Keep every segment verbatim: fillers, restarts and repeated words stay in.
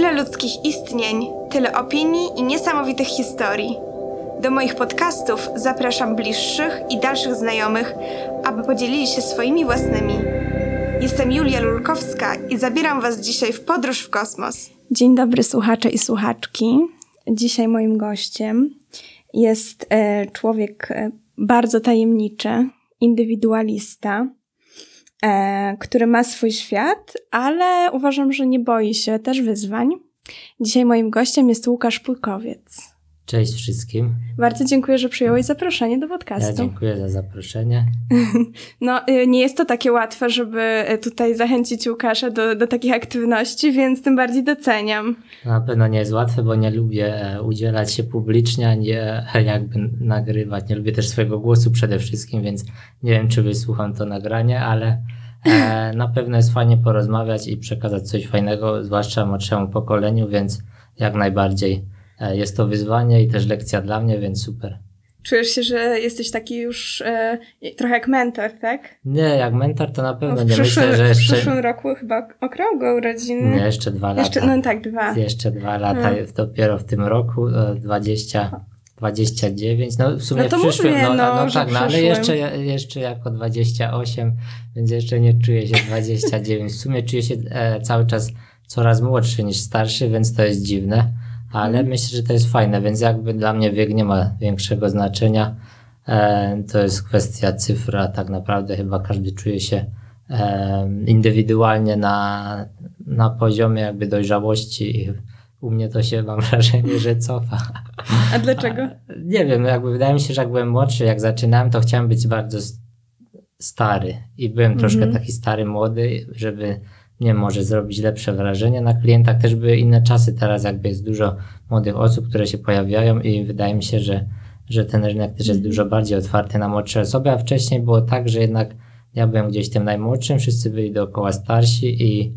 Tyle ludzkich istnień, tyle opinii i niesamowitych historii. Do moich podcastów zapraszam bliższych i dalszych znajomych, aby podzielili się swoimi własnymi. Jestem Julia Lulkowska i zabieram Was dzisiaj w podróż w kosmos. Dzień dobry słuchacze i słuchaczki. Dzisiaj moim gościem jest e, człowiek e, bardzo tajemniczy, indywidualista, e, który ma swój świat, ale uważam, że nie boi się też wyzwań. Dzisiaj moim gościem jest Łukasz Pulkowiec. Cześć wszystkim. Bardzo dziękuję, że przyjąłeś zaproszenie do podcastu. Ja dziękuję za zaproszenie. No, nie jest to takie łatwe, żeby tutaj zachęcić Łukasza do, do takich aktywności, więc tym bardziej doceniam. Na pewno nie jest łatwe, bo nie lubię udzielać się publicznie, nie jakby nagrywać. Nie lubię też swojego głosu przede wszystkim, więc nie wiem, czy wysłucham to nagranie, ale e, na pewno jest fajnie porozmawiać i przekazać coś fajnego, zwłaszcza młodszemu pokoleniu, więc jak najbardziej. Jest to wyzwanie i też lekcja dla mnie, więc super. Czujesz się, że jesteś taki już e, trochę jak mentor, tak? Nie, jak mentor to na pewno no nie przyszłym, myślę, że jeszcze... W przyszłym roku chyba okrągłe urodziny. Nie, jeszcze dwa lata. Jeszcze, no tak, dwa. Jeszcze dwa lata, hmm. dopiero w tym roku, dwadzieścia, dwadzieścia dziewięć, no w sumie no to w przyszłym, mówię, no, no, no tak, no ale jeszcze, jeszcze jako dwadzieścia osiem, więc jeszcze nie czuję się dwadzieścia dziewięć. W sumie czuję się e, cały czas coraz młodszy niż starszy, więc to jest dziwne. Ale hmm. myślę, że to jest fajne, więc jakby dla mnie wiek nie ma większego znaczenia. E, to jest kwestia cyfra, tak naprawdę chyba każdy czuje się e, indywidualnie na, na poziomie jakby dojrzałości i u mnie to się, mam wrażenie, że cofa. A dlaczego? A, nie wiem, jakby wydaje mi się, że jak byłem młodszy, jak zaczynałem, to chciałem być bardzo stary i byłem mm-hmm. troszkę taki stary, młody, żeby nie może zrobić lepsze wrażenie na klientach. Też były inne czasy, teraz jakby jest dużo młodych osób, które się pojawiają i wydaje mi się, że, że ten rynek też jest dużo bardziej otwarty na młodsze osoby, a wcześniej było tak, że jednak ja byłem gdzieś tym najmłodszym, wszyscy byli dookoła starsi i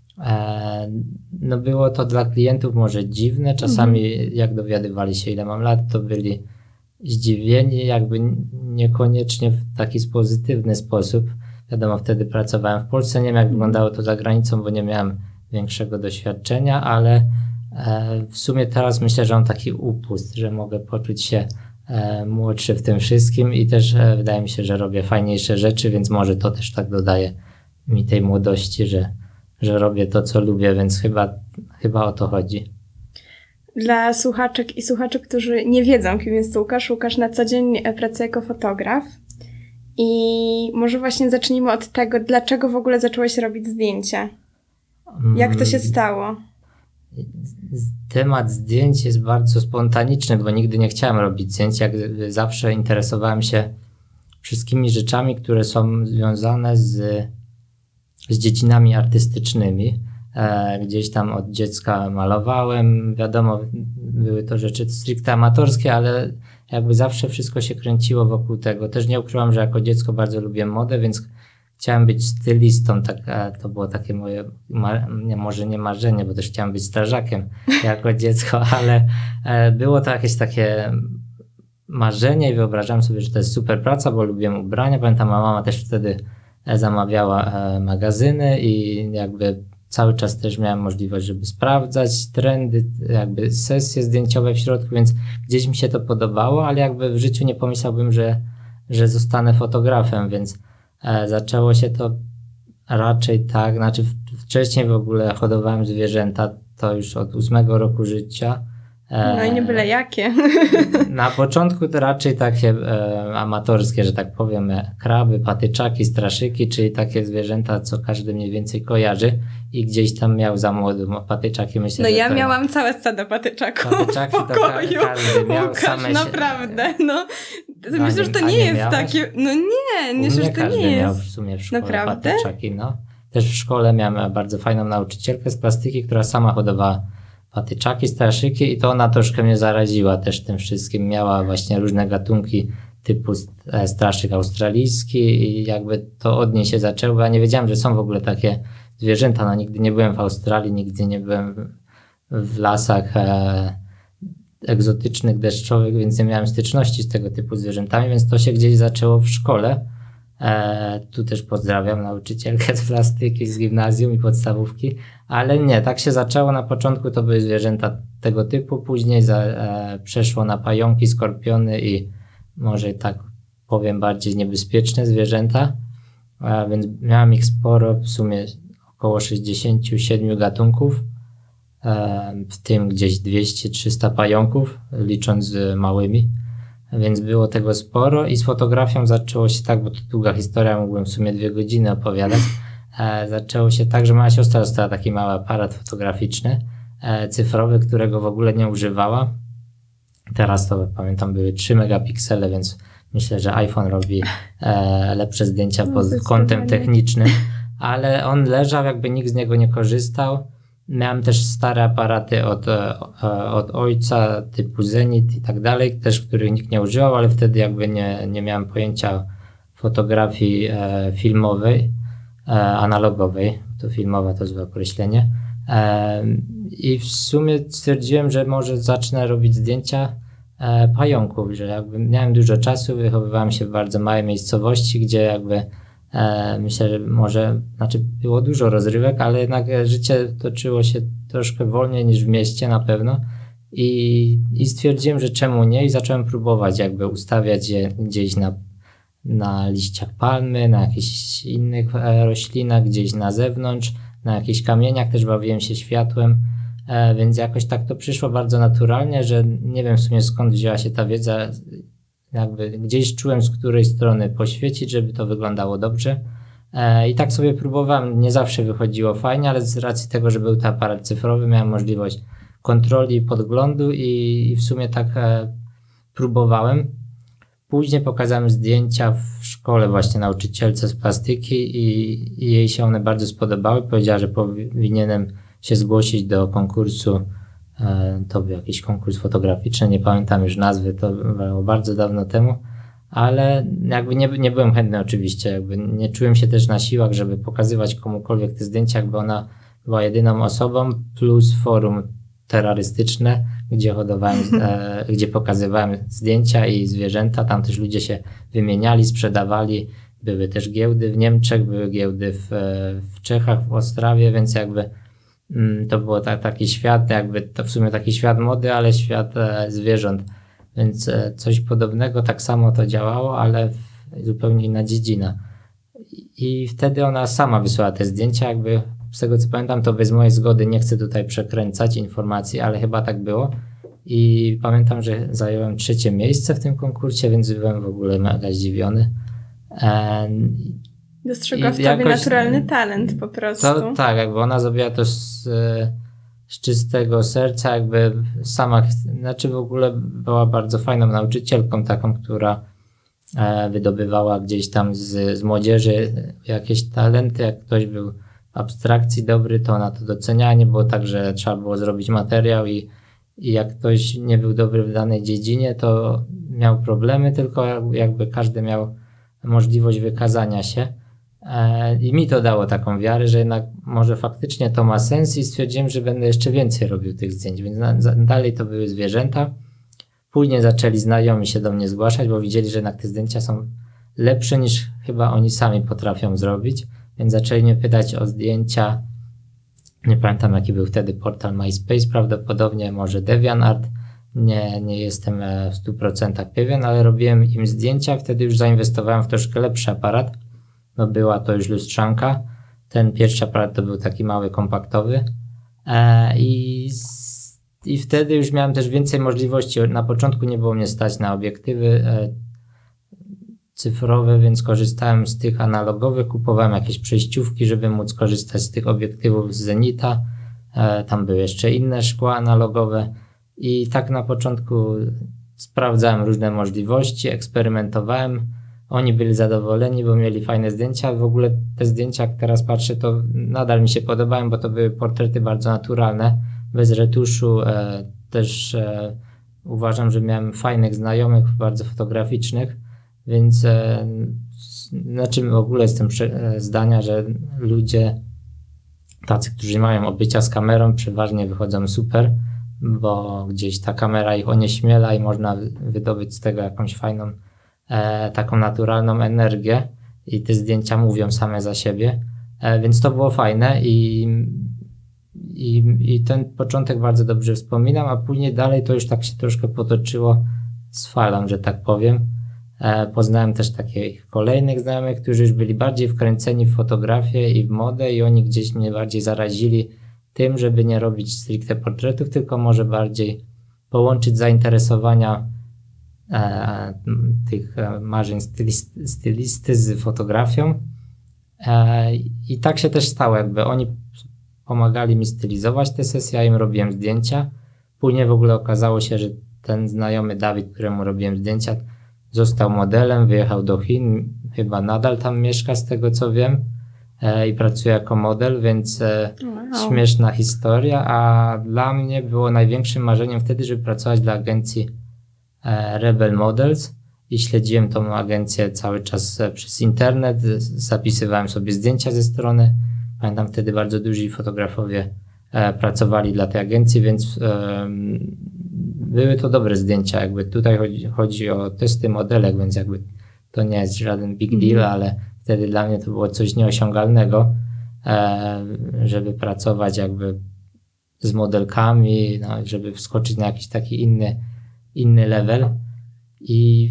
e, no było to dla klientów może dziwne, czasami mhm. jak dowiadywali się ile mam lat, to byli zdziwieni, jakby niekoniecznie w taki pozytywny sposób. Wiadomo, wtedy pracowałem w Polsce, nie wiem jak wyglądało to za granicą, bo nie miałem większego doświadczenia, ale e, w sumie teraz myślę, że mam taki upust, że mogę poczuć się e, młodszy w tym wszystkim i też e, wydaje mi się, że robię fajniejsze rzeczy, więc może to też tak dodaje mi tej młodości, że, że robię to, co lubię, więc chyba, chyba o to chodzi. Dla słuchaczek i słuchaczy, którzy nie wiedzą, kim jest Łukasz, Łukasz na co dzień pracuje jako fotograf. I może właśnie zacznijmy od tego, dlaczego w ogóle zacząłeś robić zdjęcia? Jak to się stało? Temat zdjęć jest bardzo spontaniczny, bo nigdy nie chciałem robić zdjęć. Jak zawsze interesowałem się wszystkimi rzeczami, które są związane z, z dziedzinami artystycznymi. E, gdzieś tam od dziecka malowałem. Wiadomo, były to rzeczy stricte amatorskie, ale jakby zawsze wszystko się kręciło wokół tego. Też nie ukrywam, że jako dziecko bardzo lubiłem modę, więc chciałem być stylistą. Tak, to było takie moje, nie, może nie marzenie, bo też chciałem być strażakiem jako dziecko, ale było to jakieś takie marzenie i wyobrażałem sobie, że to jest super praca, bo lubiłem ubrania. Pamiętam, moja mama też wtedy zamawiała magazyny i jakby cały czas też miałem możliwość, żeby sprawdzać trendy, jakby sesje zdjęciowe w środku, więc gdzieś mi się to podobało, ale jakby w życiu nie pomyślałbym, że, że zostanę fotografem, więc e, zaczęło się to raczej tak, znaczy wcześniej w ogóle hodowałem zwierzęta, to już od ósmego roku życia. E, no i nie byle jakie. Na początku to raczej takie e, amatorskie, że tak powiem, kraby, patyczaki, straszyki, czyli takie zwierzęta, co każdy mniej więcej kojarzy i gdzieś tam miał za młodu patyczaki. Myślę, no że ja to... miałam całe stado patyczaków patyczaki w pokoju. To ka- każdy miał. Łukasz, same naprawdę, się... no. Myślę, że to nie, nie jest miałeś? takie... No nie, nie, że to nie jest. Miał w sumie w szkole naprawdę? patyczaki, no. Też w szkole miałem bardzo fajną nauczycielkę z plastyki, która sama hodowała patyczaki, straszyki i to ona troszkę mnie zaraziła też tym wszystkim. Miała właśnie różne gatunki typu straszyk australijski i jakby to od niej się zaczęło. Ja nie wiedziałem, że są w ogóle takie zwierzęta. No, nigdy nie byłem w Australii, nigdy nie byłem w lasach e, egzotycznych, deszczowych, więc nie miałem styczności z tego typu zwierzętami, więc to się gdzieś zaczęło w szkole. E, tu też pozdrawiam nauczycielkę z plastyki z gimnazjum i podstawówki, ale nie, tak się zaczęło. Na początku to były zwierzęta tego typu, później za, e, przeszło na pająki, skorpiony i może tak powiem bardziej niebezpieczne zwierzęta, e, więc miałem ich sporo, w sumie około sześćdziesiąt siedem gatunków, e, w tym gdzieś dwieście trzysta pająków, licząc z małymi. Więc było tego sporo i z fotografią zaczęło się tak, bo to długa historia, mógłbym w sumie dwie godziny opowiadać. E, zaczęło się tak, że moja siostra dostała taki mały aparat fotograficzny, e, cyfrowy, którego w ogóle nie używała. Teraz to pamiętam były trzy megapiksele, więc myślę, że iPhone robi e, lepsze zdjęcia No, pod zdecydowanie. kątem technicznym, ale on leżał, jakby nikt z niego nie korzystał. Miałem też stare aparaty od, e, od ojca typu Zenit i tak dalej, też których nikt nie używał, ale wtedy jakby nie, nie miałem pojęcia fotografii e, filmowej, e, analogowej, to filmowa to złe określenie. E, I w sumie stwierdziłem, że może zacznę robić zdjęcia e, pająków, że jakby miałem dużo czasu, wychowywałem się w bardzo małej miejscowości, gdzie jakby E, myślę, że może, znaczy było dużo rozrywek, ale jednak życie toczyło się troszkę wolniej niż w mieście na pewno i, i stwierdziłem, że czemu nie i zacząłem próbować jakby ustawiać je gdzieś na, na liściach palmy, na jakichś innych e, roślinach, gdzieś na zewnątrz, na jakichś kamieniach, też bawiłem się światłem, e, więc jakoś tak to przyszło bardzo naturalnie, że nie wiem w sumie skąd wzięła się ta wiedza. Jakby gdzieś czułem, z której strony poświecić, żeby to wyglądało dobrze. E, I tak sobie próbowałem. Nie zawsze wychodziło fajnie, ale z racji tego, że był to aparat cyfrowy, miałem możliwość kontroli, podglądu i, i w sumie tak e, próbowałem. Później pokazałem zdjęcia w szkole właśnie nauczycielce z plastyki i, i jej się one bardzo spodobały. Powiedziała, że powinienem się zgłosić do konkursu. To był jakiś konkurs fotograficzny, nie pamiętam już nazwy, to było bardzo dawno temu, ale jakby nie, nie byłem chętny oczywiście, jakby nie czułem się też na siłach, żeby pokazywać komukolwiek te zdjęcia, jakby ona była jedyną osobą, plus forum terrorystyczne, gdzie hodowałem, e, gdzie pokazywałem zdjęcia i zwierzęta, tam też ludzie się wymieniali, sprzedawali, były też giełdy w Niemczech, były giełdy w, w Czechach, w Ostrawie, więc jakby to było ta, taki świat, jakby to w sumie taki świat mody, ale świat e, zwierząt, więc e, coś podobnego, tak samo to działało, ale w, zupełnie inna dziedzina. I, I wtedy ona sama wysłała te zdjęcia, jakby z tego co pamiętam, to bez mojej zgody, nie chcę tutaj przekręcać informacji, ale chyba tak było. I pamiętam, że zająłem trzecie miejsce w tym konkursie, więc byłem w ogóle mega zdziwiony. E, Dostrzegła I w tobie jakoś- naturalny talent po prostu. To tak, jakby ona zrobiła to z, z czystego serca, jakby sama, ch- znaczy w ogóle była bardzo fajną nauczycielką, taką, która e, wydobywała gdzieś tam z, z młodzieży jakieś talenty. Jak ktoś był w abstrakcji dobry, to ona to doceniała. Nie było tak, że trzeba było zrobić materiał i, i jak ktoś nie był dobry w danej dziedzinie, to miał problemy, tylko jakby każdy miał możliwość wykazania się. I mi to dało taką wiarę, że jednak może faktycznie to ma sens i stwierdziłem, że będę jeszcze więcej robił tych zdjęć, więc na, za, dalej to były zwierzęta. Później zaczęli znajomi się do mnie zgłaszać, bo widzieli, że jednak te zdjęcia są lepsze niż chyba oni sami potrafią zrobić, więc zaczęli mnie pytać o zdjęcia. Nie pamiętam jaki był wtedy portal MySpace, prawdopodobnie może DeviantArt. Nie, nie jestem w stu procentach pewien, ale robiłem im zdjęcia, wtedy już zainwestowałem w troszkę lepszy aparat. No była to już lustrzanka. Ten pierwszy aparat to był taki mały, kompaktowy. E, i, I wtedy już miałem też więcej możliwości. Na początku nie było mnie stać na obiektywy e, cyfrowe, więc korzystałem z tych analogowych. Kupowałem jakieś przejściówki, żeby móc korzystać z tych obiektywów z Zenita. E, tam były jeszcze inne szkła analogowe. I tak na początku sprawdzałem różne możliwości, eksperymentowałem. Oni byli zadowoleni, bo mieli fajne zdjęcia. W ogóle te zdjęcia, jak teraz patrzę, to nadal mi się podobają, bo to były portrety bardzo naturalne, bez retuszu. E, też e, uważam, że miałem fajnych znajomych, bardzo fotograficznych, więc e, znaczy w ogóle jestem prze, e, zdania, że ludzie tacy, którzy mają obycia z kamerą, przeważnie wychodzą super, bo gdzieś ta kamera ich onieśmiela i można wydobyć z tego jakąś fajną E, taką naturalną energię i te zdjęcia mówią same za siebie, e, więc to było fajne i, i, i ten początek bardzo dobrze wspominam, a później dalej to już tak się troszkę potoczyło z falą, że tak powiem. E, poznałem też takich kolejnych znajomych, którzy już byli bardziej wkręceni w fotografię i w modę i oni gdzieś mnie bardziej zarazili tym, żeby nie robić stricte portretów, tylko może bardziej połączyć zainteresowania e, tych e, marzeń stylisty, stylisty z fotografią. E, I tak się też stało, jakby oni pomagali mi stylizować te sesje, ja im robiłem zdjęcia. Później w ogóle okazało się, że ten znajomy Dawid, któremu robiłem zdjęcia, został modelem, wyjechał do Chin, chyba nadal tam mieszka z tego co wiem e, i pracuje jako model, więc e, wow. Śmieszna historia, a dla mnie było największym marzeniem wtedy, żeby pracować dla agencji e, Rebel Models i śledziłem tą agencję cały czas e, przez internet, zapisywałem sobie zdjęcia ze strony, pamiętam wtedy bardzo duzi fotografowie e, pracowali dla tej agencji, więc e, były to dobre zdjęcia, jakby tutaj chodzi, chodzi o testy modelek, więc jakby to nie jest żaden big deal, mm. ale wtedy dla mnie to było coś nieosiągalnego, e, żeby pracować jakby z modelkami, no, żeby wskoczyć na jakiś taki inny, inny level i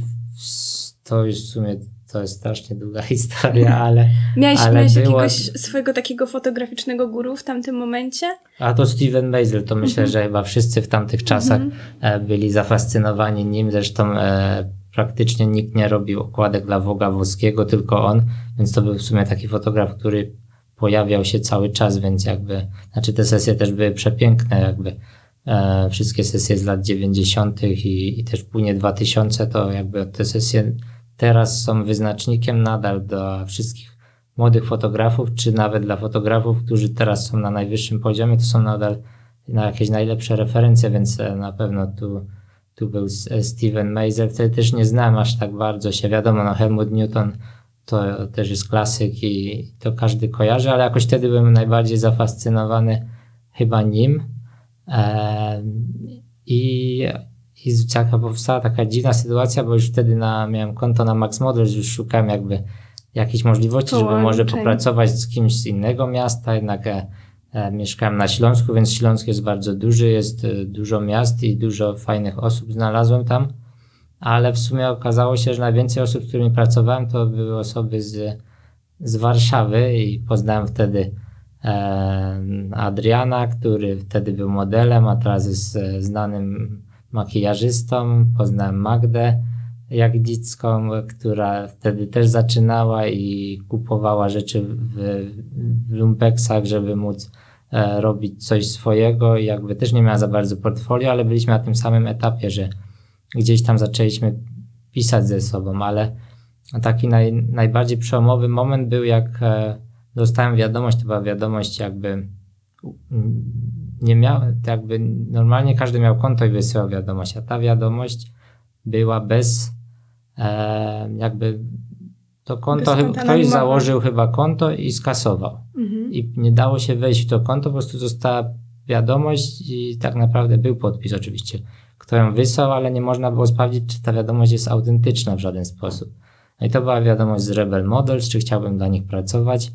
to już w sumie to jest strasznie długa historia, ale Miałeś, ale miałeś było... jakiegoś swojego takiego fotograficznego guru w tamtym momencie? A to Steven Meisel, to myślę, Mhm. że chyba wszyscy w tamtych czasach mhm. byli zafascynowani nim, zresztą e, praktycznie nikt nie robił okładek dla Vogue'a włoskiego, tylko on, więc to był w sumie taki fotograf, który pojawiał się cały czas, więc jakby, znaczy te sesje też były przepiękne, jakby e, wszystkie sesje z lat dziewięćdziesiątych i, i też później dwa tysiące, to jakby te sesje teraz są wyznacznikiem nadal dla wszystkich młodych fotografów, czy nawet dla fotografów, którzy teraz są na najwyższym poziomie, to są nadal na jakieś najlepsze referencje, więc na pewno tu, tu był Steven Meisel. Wtedy też nie znałem aż tak bardzo się, wiadomo, no Helmut Newton to też jest klasyk i to każdy kojarzy, ale jakoś wtedy byłem najbardziej zafascynowany chyba nim. Eee, I I taka powstała taka dziwna sytuacja, bo już wtedy na, miałem konto na Max Models, już szukałem jakby jakichś możliwości, Połączeń. żeby może popracować z kimś z innego miasta, jednak e, e, mieszkałem na Śląsku, więc Śląsk jest bardzo duży, jest e, dużo miast i dużo fajnych osób znalazłem tam, ale w sumie okazało się, że najwięcej osób, z którymi pracowałem, to były osoby z, z Warszawy i poznałem wtedy e, Adriana, który wtedy był modelem, a teraz jest e, znanym makijażystą, poznałem Magdę Jagdzicką, która wtedy też zaczynała i kupowała rzeczy w, w lumpeksach, żeby móc e, robić coś swojego i jakby też nie miała za bardzo portfolio, ale byliśmy na tym samym etapie, że gdzieś tam zaczęliśmy pisać ze sobą, ale taki naj, najbardziej przełomowy moment był, jak e, dostałem wiadomość, to była wiadomość jakby nie miał, jakby normalnie każdy miał konto i wysyłał wiadomość, a ta wiadomość była bez e, jakby to konto, chyba, ktoś założył chyba konto i skasował. Mhm. I nie dało się wejść w to konto, po prostu została wiadomość i tak naprawdę był podpis oczywiście, kto ją wysłał, ale nie można było sprawdzić, czy ta wiadomość jest autentyczna w żaden sposób. No i to była wiadomość z Rebel Models, czy chciałbym dla nich pracować.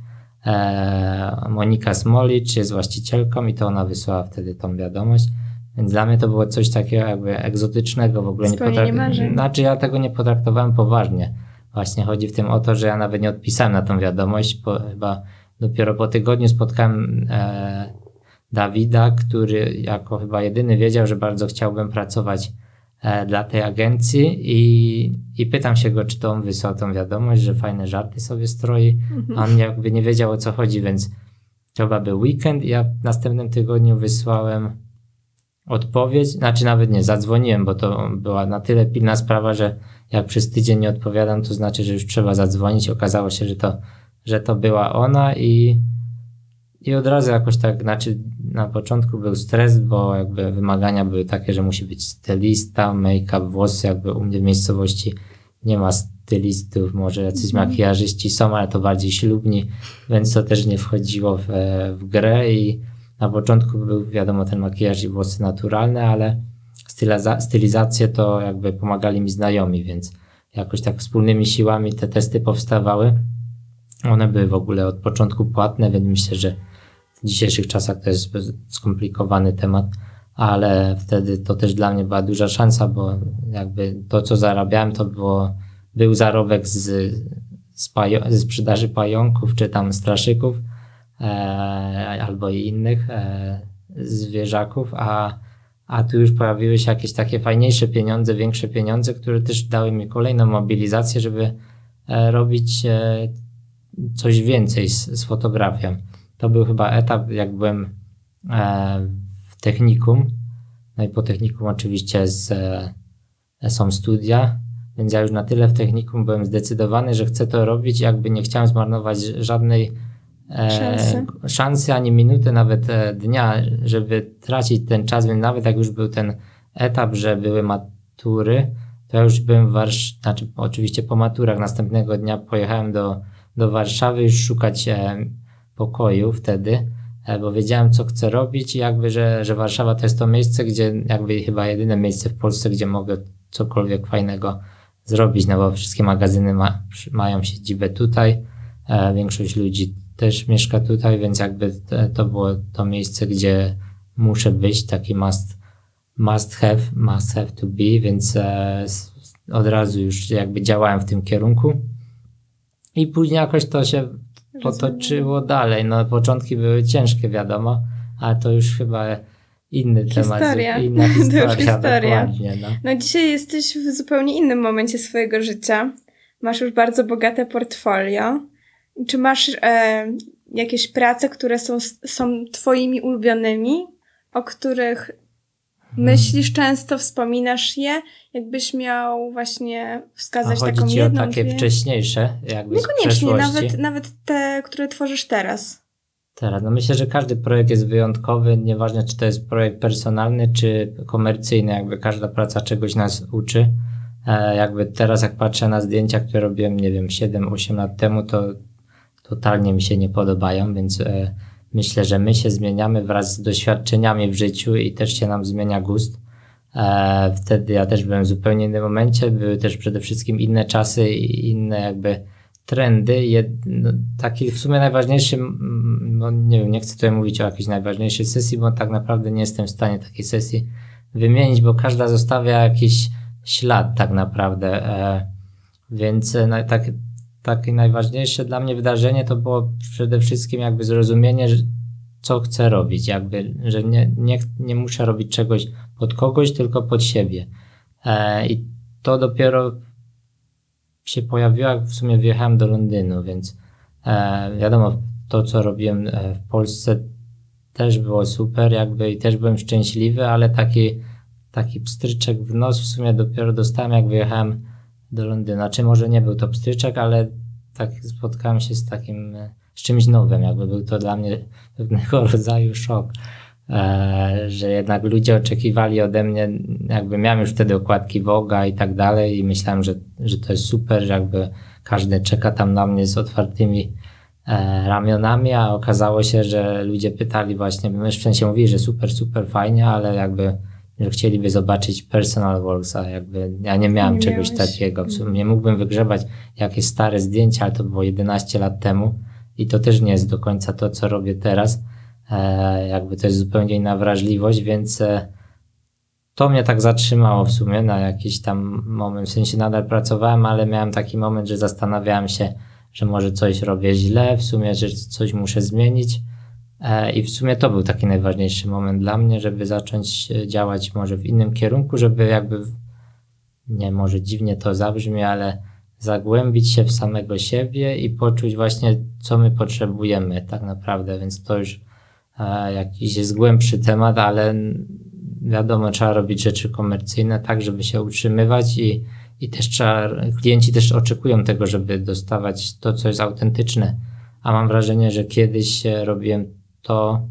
E, Monika Smolicz jest właścicielką i to ona wysłała wtedy tą wiadomość, więc dla mnie to było coś takiego jakby egzotycznego w ogóle. Nie potrak- znaczy ja tego nie potraktowałem poważnie. Właśnie chodzi w tym o to, że ja nawet nie odpisałem na tą wiadomość, po, chyba dopiero po tygodniu spotkałem e, Dawida, który jako chyba jedyny wiedział, że bardzo chciałbym pracować e, dla tej agencji i, i pytam się go, czy to on wysłał tą wiadomość, że fajne żarty sobie stroi, mhm. a on jakby nie wiedział, o co chodzi, więc to chyba był weekend i ja w następnym tygodniu wysłałem odpowiedź, znaczy nawet nie, zadzwoniłem, bo to była na tyle pilna sprawa, że jak przez tydzień nie odpowiadam, to znaczy, że już trzeba zadzwonić. Okazało się, że to, że to była ona i, i od razu jakoś tak, znaczy na początku był stres, bo jakby wymagania były takie, że musi być stylista, make-up, włosy, jakby u mnie w miejscowości nie ma stylistów, może jacyś mm. makijażyści są, ale to bardziej ślubni, więc to też nie wchodziło w, w grę i na początku był wiadomo ten makijaż i włosy naturalne, ale styliza- stylizację to jakby pomagali mi znajomi, więc jakoś tak wspólnymi siłami te testy powstawały. One były w ogóle od początku płatne, więc myślę, że w dzisiejszych czasach to jest skomplikowany temat, ale wtedy to też dla mnie była duża szansa, bo jakby to, co zarabiałem, to było, był zarobek z, z pajo- ze sprzedaży pająków czy tam straszyków e, albo i innych e, zwierzaków, a, a tu już pojawiły się jakieś takie fajniejsze pieniądze, większe pieniądze, które też dały mi kolejną mobilizację, żeby e, robić e, coś więcej z, z fotografią. To był chyba etap, jak byłem e, w technikum. No i po technikum oczywiście z, e, są studia, więc ja już na tyle w technikum byłem zdecydowany, że chcę to robić, jakby nie chciałem zmarnować żadnej e, Szansy. szansy, ani minuty, nawet e, dnia, żeby tracić ten czas, więc nawet jak już był ten etap, że były matury, to ja już byłem w Warszawie, znaczy oczywiście po maturach następnego dnia pojechałem do, do Warszawy już szukać e, pokoju wtedy, bo wiedziałem, co chcę robić i jakby, że, że Warszawa to jest to miejsce, gdzie jakby chyba jedyne miejsce w Polsce, gdzie mogę cokolwiek fajnego zrobić, no bo wszystkie magazyny ma, mają siedzibę tutaj, e, większość ludzi też mieszka tutaj, więc jakby to, to było to miejsce, gdzie muszę być, taki must, must have, must have to be, więc e, od razu już jakby działałem w tym kierunku i później jakoś to się potoczyło dalej. No początki były ciężkie, wiadomo, ale to już chyba inny Historia. temat, inna To już historia, historia. dokładnie. No. No dzisiaj jesteś w zupełnie innym momencie swojego życia. Masz już bardzo bogate portfolio. Czy masz e, jakieś prace, które są, są twoimi ulubionymi, o których myślisz często, wspominasz je? Jakbyś miał właśnie wskazać A chodzi taką ci jedną, o takie dwie? wcześniejsze, jakby z Niekoniecznie, przeszłości? nawet, nawet te, które tworzysz teraz. Teraz, no myślę, że każdy projekt jest wyjątkowy, nieważne czy to jest projekt personalny, czy komercyjny, jakby każda praca czegoś nas uczy. E, jakby teraz jak patrzę na zdjęcia, które robiłem, nie wiem, siedem osiem lat temu, to totalnie mi się nie podobają, więc e, myślę, że my się zmieniamy wraz z doświadczeniami w życiu i też się nam zmienia gust. E, wtedy ja też byłem w zupełnie innym momencie, były też przede wszystkim inne czasy i inne jakby trendy. Jed, no, taki w sumie najważniejszy, no nie wiem, nie chcę tutaj mówić o jakiejś najważniejszej sesji, bo tak naprawdę nie jestem w stanie takiej sesji wymienić, bo każda zostawia jakiś ślad tak naprawdę. E, więc e, tak, takie najważniejsze dla mnie wydarzenie to było przede wszystkim jakby zrozumienie, że co chcę robić, jakby, że nie, nie, nie muszę robić czegoś pod kogoś, tylko pod siebie. E, I to dopiero się pojawiło, jak w sumie wjechałem do Londynu, więc e, wiadomo, to co robiłem w Polsce też było super, jakby i też byłem szczęśliwy, ale taki, taki pstryczek w nos w sumie dopiero dostałem, jak wyjechałem do Londynu. Znaczy może nie był to pstryczek, ale tak spotkałem się z takim, z czymś nowym, jakby był to dla mnie pewnego rodzaju szok, e, że jednak ludzie oczekiwali ode mnie, jakby miałem już wtedy okładki Vogue'a i tak dalej i myślałem, że, że to jest super, że jakby każdy czeka tam na mnie z otwartymi e, ramionami, a okazało się, że ludzie pytali właśnie, my w sensie mówili, że super, super fajnie, ale jakby że chcieliby zobaczyć personal works, a jakby ja nie miałem Nie czegoś miałeś. takiego. W sumie mógłbym wygrzebać jakieś stare zdjęcia, ale to było jedenaście lat temu i to też nie jest do końca to, co robię teraz. E, jakby to jest zupełnie inna wrażliwość, więc e, to mnie tak zatrzymało w sumie na jakiś tam moment. W sensie nadal pracowałem, ale miałem taki moment, że zastanawiałem się, że może coś robię źle, w sumie, że coś muszę zmienić. I w sumie to był taki najważniejszy moment dla mnie, żeby zacząć działać może w innym kierunku, żeby jakby, nie może dziwnie to zabrzmi, ale zagłębić się w samego siebie i poczuć właśnie, co my potrzebujemy tak naprawdę, więc to już e, jakiś jest głębszy temat, ale wiadomo, trzeba robić rzeczy komercyjne tak, żeby się utrzymywać i, i też trzeba, klienci też oczekują tego, żeby dostawać to, co jest autentyczne, a mam wrażenie, że kiedyś robiłem to,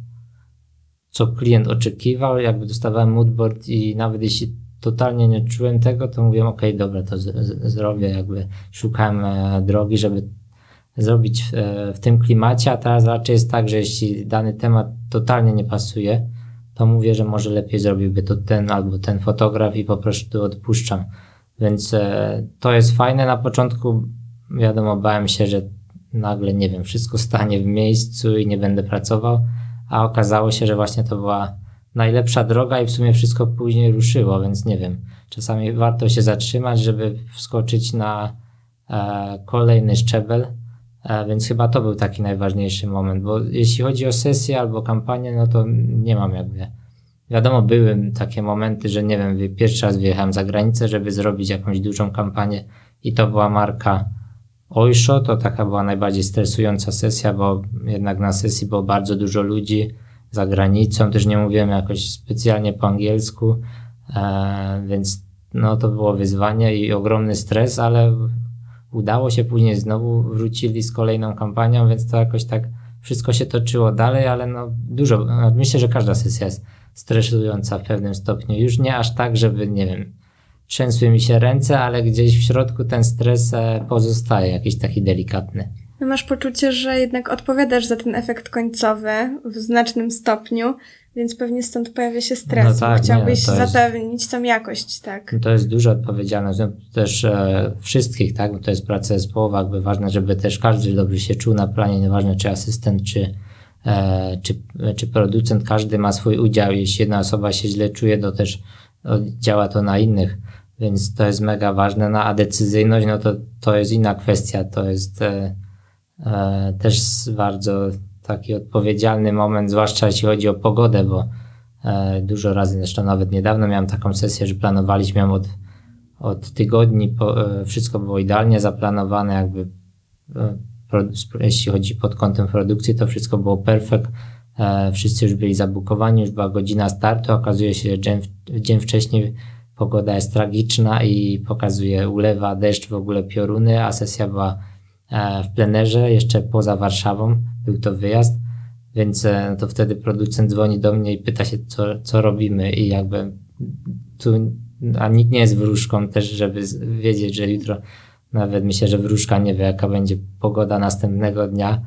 co klient oczekiwał, jakby dostawałem moodboard i nawet jeśli totalnie nie czułem tego, to mówiłem, okej, dobra, to z, z, zrobię, jakby szukałem e, drogi, żeby zrobić w, e, w tym klimacie, a teraz raczej jest tak, że jeśli dany temat totalnie nie pasuje, to mówię, że może lepiej zrobiłby to ten albo ten fotograf i po prostu odpuszczam. Więc e, to jest fajne. Na początku wiadomo, bałem się, że nagle, nie wiem, wszystko stanie w miejscu i nie będę pracował, a okazało się, że właśnie to była najlepsza droga i w sumie wszystko później ruszyło, więc nie wiem, czasami warto się zatrzymać, żeby wskoczyć na e, kolejny szczebel, e, więc chyba to był taki najważniejszy moment, bo jeśli chodzi o sesję albo kampanię, no to nie mam jakby, wiadomo, były takie momenty, że nie wiem, pierwszy raz wyjechałem za granicę, żeby zrobić jakąś dużą kampanię i to była marka Oysho, to taka była najbardziej stresująca sesja, bo jednak na sesji było bardzo dużo ludzi za granicą, też nie mówiłem jakoś specjalnie po angielsku, e, więc no to było wyzwanie i ogromny stres, ale udało się, później znowu wrócili z kolejną kampanią, więc to jakoś tak wszystko się toczyło dalej, ale no dużo, no myślę, że każda sesja jest stresująca w pewnym stopniu, już nie aż tak, żeby, nie wiem, trzęsły mi się ręce, ale gdzieś w środku ten stres pozostaje, jakiś taki delikatny. Masz poczucie, że jednak odpowiadasz za ten efekt końcowy w znacznym stopniu, więc pewnie stąd pojawia się stres, No bo tak, chciałbyś nie, no to jest- zapewnić tą jakość, tak? To jest duża odpowiedzialność, no, też e, wszystkich, tak, bo to jest praca zespołowa, jakby ważne, żeby też każdy dobrze się czuł na planie, nieważne czy asystent, czy, e, czy, czy producent, każdy ma swój udział, jeśli jedna osoba się źle czuje, to też działa to na innych, więc to jest mega ważne, no a decyzyjność, no to, to jest inna kwestia, to jest e, e, też bardzo taki odpowiedzialny moment, zwłaszcza jeśli chodzi o pogodę, bo e, dużo razy, zresztą nawet niedawno miałem taką sesję, że planowaliśmy ją od, od tygodni, po, e, wszystko było idealnie zaplanowane, jakby e, pro, jeśli chodzi pod kątem produkcji, to wszystko było perfekt, e, wszyscy już byli zabukowani, już była godzina startu, okazuje się, że dzień, dzień wcześniej pogoda jest tragiczna i pokazuje ulewa, deszcz, w ogóle pioruny, a sesja była e, w plenerze, jeszcze poza Warszawą, był to wyjazd, więc e, to wtedy producent dzwoni do mnie i pyta się, co, co robimy i jakby tu, a nikt nie jest wróżką też, żeby z- wiedzieć, że jutro, nawet myślę, że wróżka nie wie, jaka będzie pogoda następnego dnia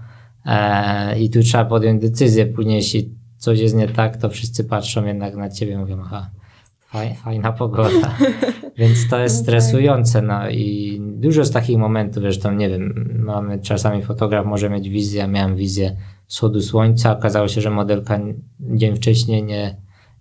e, i tu trzeba podjąć decyzję, później jeśli coś jest nie tak, to wszyscy patrzą jednak na ciebie i mówią, aha, faj, fajna pogoda, więc to jest No tak. stresujące, no i dużo z takich momentów, zresztą nie wiem, mamy czasami fotograf może mieć wizję, ja miałem wizję wschodu słońca, okazało się, że modelka dzień wcześniej nie,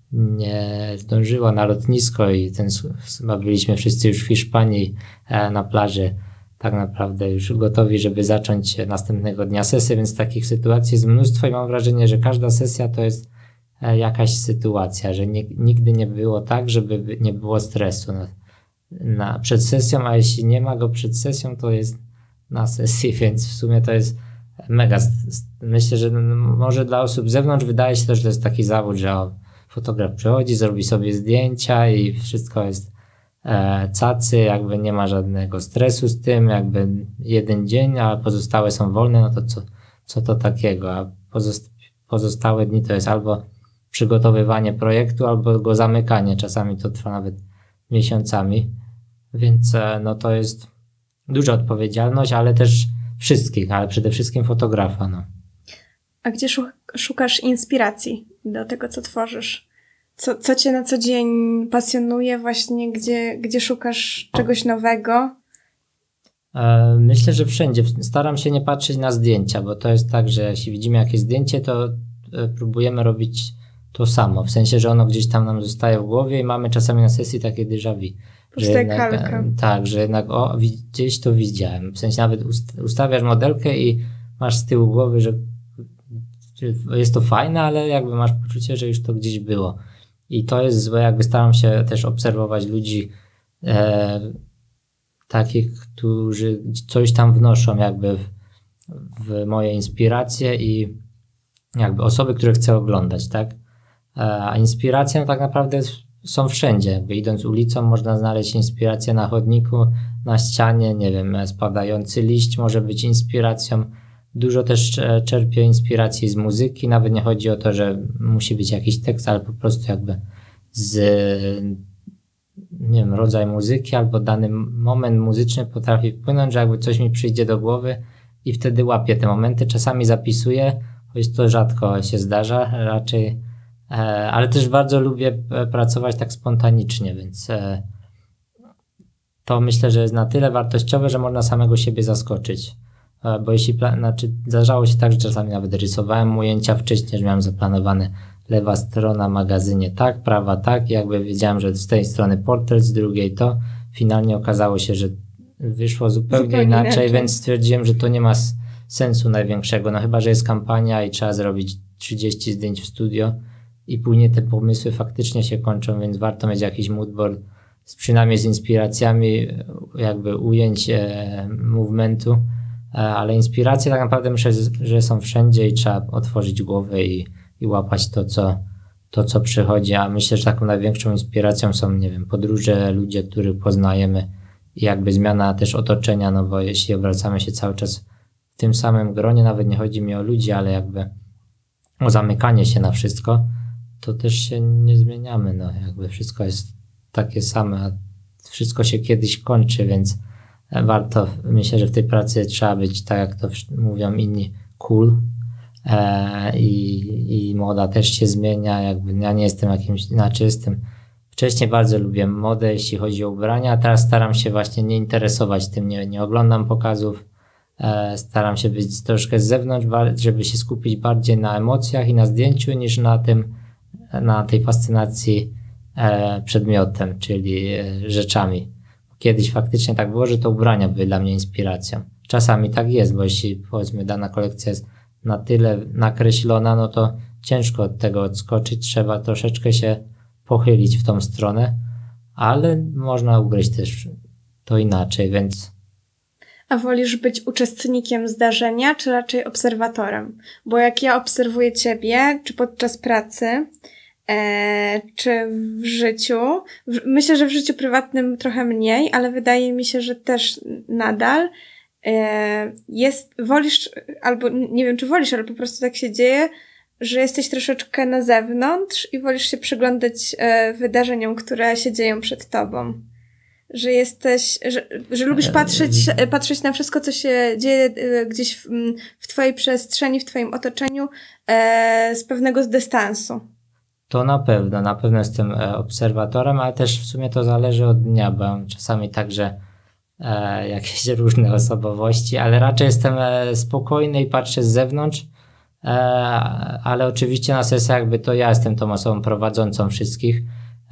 nie zdążyła na lotnisko i ten, chyba byliśmy wszyscy już w Hiszpanii e, na plaży, tak naprawdę już gotowi, żeby zacząć następnego dnia sesję, więc takich sytuacji jest mnóstwo i mam wrażenie, że każda sesja to jest e, jakaś sytuacja, że nie, nigdy nie było tak, żeby by- nie było stresu na, na, przed sesją, a jeśli nie ma go przed sesją, to jest na sesji, więc w sumie to jest mega. st- st- Myślę, że n- może dla osób z zewnątrz wydaje się to, że to jest taki zawód, że o, fotograf przychodzi, zrobi sobie zdjęcia i wszystko jest e, cacy, jakby nie ma żadnego stresu z tym, jakby jeden dzień, a pozostałe są wolne, no to co, co to takiego, a pozost- pozostałe dni to jest albo przygotowywanie projektu, albo go zamykanie, czasami to trwa nawet miesiącami, więc e, no to jest duża odpowiedzialność, ale też wszystkich, ale przede wszystkim fotografa, no. A gdzie szu- szukasz inspiracji do tego, co tworzysz? Co, co cię na co dzień pasjonuje właśnie, gdzie, gdzie szukasz czegoś nowego? E, Myślę, że wszędzie. Staram się nie patrzeć na zdjęcia, bo to jest tak, że jeśli widzimy jakieś zdjęcie, to e, próbujemy robić to samo. W sensie, że ono gdzieś tam nam zostaje w głowie i mamy czasami na sesji takie déjà vu. Powstaje jednak, kalka. e, Tak, że jednak o, wi- gdzieś to widziałem. W sensie nawet ust- ustawiasz modelkę i masz z tyłu głowy, że że jest to fajne, ale jakby masz poczucie, że już to gdzieś było. I to jest złe, jakby staram się też obserwować ludzi e, takich, którzy coś tam wnoszą jakby w, w moje inspiracje i jakby osoby, które chcę oglądać, tak? E, A inspiracje no tak naprawdę są wszędzie. Jakby idąc ulicą można znaleźć inspirację na chodniku, na ścianie, nie wiem, spadający liść może być inspiracją. Dużo też e, czerpię inspiracji z muzyki, nawet nie chodzi o to, że musi być jakiś tekst, ale po prostu jakby z, nie wiem, rodzaj muzyki albo dany moment muzyczny potrafi wpłynąć, że jakby coś mi przyjdzie do głowy i wtedy łapię te momenty, czasami zapisuję, choć to rzadko się zdarza, raczej, e, ale też bardzo lubię e, pracować tak spontanicznie, więc e, to myślę, że jest na tyle wartościowe, że można samego siebie zaskoczyć. bo jeśli, pla- znaczy zdarzało się tak, że czasami nawet rysowałem ujęcia wcześniej, że miałem zaplanowane lewa strona magazynie tak, prawa tak, i jakby wiedziałem, że z tej strony portret, z drugiej to. Finalnie okazało się, że wyszło zupełnie, Zupełnie inaczej, inaczej. więc stwierdziłem, że to nie ma s- sensu największego, no chyba, że jest kampania i trzeba zrobić trzydzieści zdjęć w studio i później te pomysły faktycznie się kończą, więc warto mieć jakiś moodboard z, przynajmniej z inspiracjami jakby ujęć e, movementu, e, ale inspiracje tak naprawdę myślę, że są wszędzie i trzeba otworzyć głowę i, i łapać to co, to, co przychodzi, a myślę, że taką największą inspiracją są, nie wiem, podróże, ludzie, których poznajemy i jakby zmiana też otoczenia, no bo jeśli obracamy się cały czas w tym samym gronie, nawet nie chodzi mi o ludzi, ale jakby o zamykanie się na wszystko, to też się nie zmieniamy, no jakby wszystko jest takie same, a wszystko się kiedyś kończy, więc warto, myślę, że w tej pracy trzeba być, tak jak to mówią inni, cool e, i, i moda też się zmienia, jakby ja nie jestem jakimś, znaczy jestem, wcześniej bardzo lubiłem modę, jeśli chodzi o ubrania, a teraz staram się właśnie nie interesować tym, nie, nie oglądam pokazów, e, staram się być troszkę z zewnątrz, żeby się skupić bardziej na emocjach i na zdjęciu niż na tym, na tej fascynacji e, przedmiotem, czyli e, rzeczami. Kiedyś faktycznie tak było, że to ubrania były dla mnie inspiracją. Czasami tak jest, bo jeśli powiedzmy dana kolekcja jest na tyle nakreślona, no to ciężko od tego odskoczyć, trzeba troszeczkę się pochylić w tą stronę, ale można ugryźć też to inaczej, więc... A wolisz być uczestnikiem zdarzenia, czy raczej obserwatorem? Bo jak ja obserwuję ciebie, czy podczas pracy, e, czy w życiu, w, myślę, że w życiu prywatnym trochę mniej, ale wydaje mi się, że też nadal e, jest, wolisz, albo nie wiem, czy wolisz, ale po prostu tak się dzieje, że jesteś troszeczkę na zewnątrz i wolisz się przyglądać e, wydarzeniom, które się dzieją przed tobą. Że jesteś, że, że lubisz patrzeć, patrzeć na wszystko, co się dzieje gdzieś w, w twojej przestrzeni, w twoim otoczeniu e, z pewnego dystansu. To na pewno, na pewno jestem obserwatorem, ale też w sumie to zależy od dnia, bo mam czasami także e, jakieś różne osobowości, ale raczej jestem spokojny i patrzę z zewnątrz, e, ale oczywiście na sesjach jakby to ja jestem tą osobą prowadzącą wszystkich.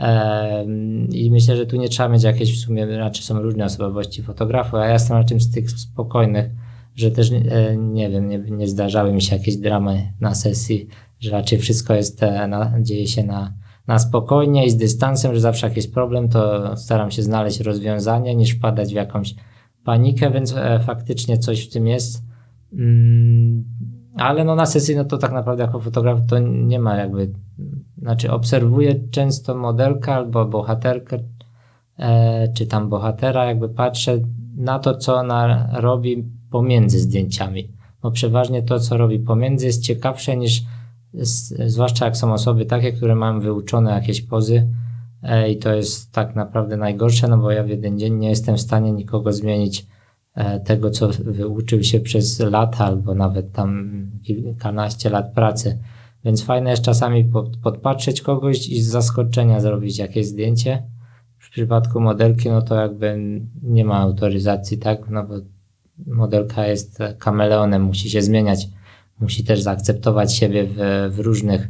I myślę, że tu nie trzeba mieć jakieś, w sumie raczej są różne osobowości fotografów, a ja jestem raczej z tych spokojnych, że też nie wiem, nie, nie zdarzały mi się jakieś dramy na sesji, że raczej wszystko jest, na, dzieje się na, na spokojnie i z dystansem, że zawsze jak jest problem, to staram się znaleźć rozwiązanie niż wpadać w jakąś panikę, więc faktycznie coś w tym jest. Mm, ale no na sesji, no to tak naprawdę jako fotograf to nie ma jakby, znaczy obserwuję często modelkę albo bohaterkę, e, czy tam bohatera, jakby patrzę na to, co ona robi pomiędzy zdjęciami. Bo przeważnie to, co robi pomiędzy jest ciekawsze niż, z, zwłaszcza jak są osoby takie, które mają wyuczone jakieś pozy e, i to jest tak naprawdę najgorsze, no bo ja w jeden dzień nie jestem w stanie nikogo zmienić tego, co wyuczył się przez lata albo nawet tam kilkanaście lat pracy. Więc fajne jest czasami pod, podpatrzeć kogoś i z zaskoczenia zrobić jakieś zdjęcie. W przypadku modelki, no to jakby nie ma autoryzacji, tak? No bo modelka jest kameleonem, musi się zmieniać, musi też zaakceptować siebie w, w różnych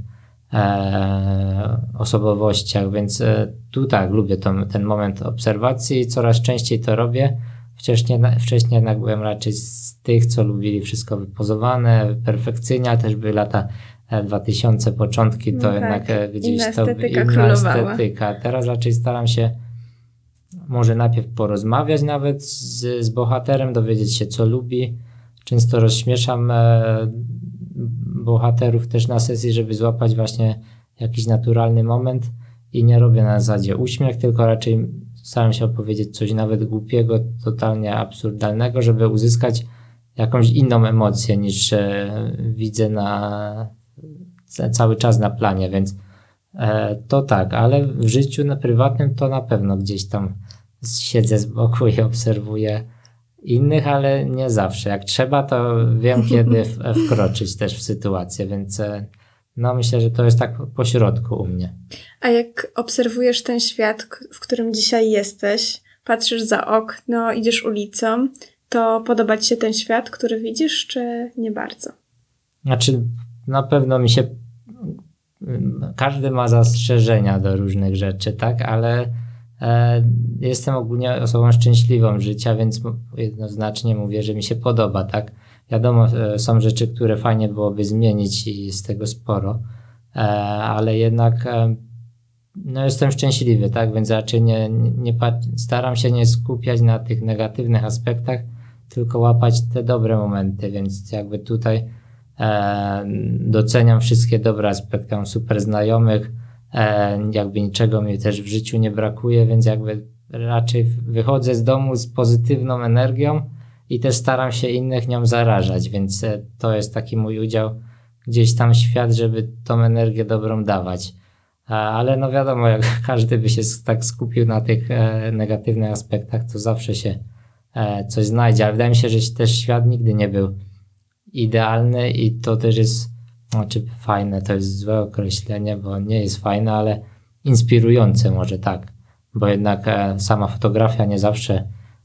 e, osobowościach, więc e, tu tak, lubię tą, ten moment obserwacji i coraz częściej to robię. Wcześniej, wcześniej jednak byłem raczej z tych, co lubili wszystko wypozowane, perfekcyjnie, ale też były lata dwa tysiące, początki, to no jednak tak. gdzieś inna to estetyka inna królowała. estetyka. Teraz raczej staram się może najpierw porozmawiać nawet z, z bohaterem, dowiedzieć się, co lubi. Często rozśmieszam e, bohaterów też na sesji, żeby złapać właśnie jakiś naturalny moment i nie robię na zasadzie uśmiech, tylko raczej staram się opowiedzieć coś nawet głupiego, totalnie absurdalnego, żeby uzyskać jakąś inną emocję niż e, widzę na cały czas na planie, więc e, to tak, ale w życiu na prywatnym to na pewno gdzieś tam siedzę z boku i obserwuję innych, ale nie zawsze. Jak trzeba, to wiem kiedy w, wkroczyć też w sytuację, więc e, no myślę, że to jest tak po środku u mnie. A jak obserwujesz ten świat, w którym dzisiaj jesteś, patrzysz za okno, idziesz ulicą, to podoba ci się ten świat, który widzisz, czy nie bardzo? Znaczy, na pewno mi się... Każdy ma zastrzeżenia do różnych rzeczy, tak? Ale e, jestem ogólnie osobą szczęśliwą życia, więc jednoznacznie mówię, że mi się podoba, tak? Wiadomo, e, są rzeczy, które fajnie byłoby zmienić i jest tego sporo, e, ale jednak e, no jestem szczęśliwy, tak? Więc raczej nie, nie, nie pat- staram się nie skupiać na tych negatywnych aspektach, tylko łapać te dobre momenty, więc jakby tutaj e, doceniam wszystkie dobre aspekty. Mam super znajomych, e, jakby niczego mi też w życiu nie brakuje, więc jakby raczej wychodzę z domu z pozytywną energią i też staram się innych nią zarażać, więc e, to jest taki mój udział gdzieś tam w świat, żeby tą energię dobrą dawać. Ale no wiadomo, jak każdy by się tak skupił na tych e, negatywnych aspektach, to zawsze się e, coś znajdzie. Ale wydaje mi się, że też świat nigdy nie był idealny i to też jest, znaczy fajne, to jest złe określenie, bo nie jest fajne, ale inspirujące może tak. Bo jednak e, sama fotografia nie zawsze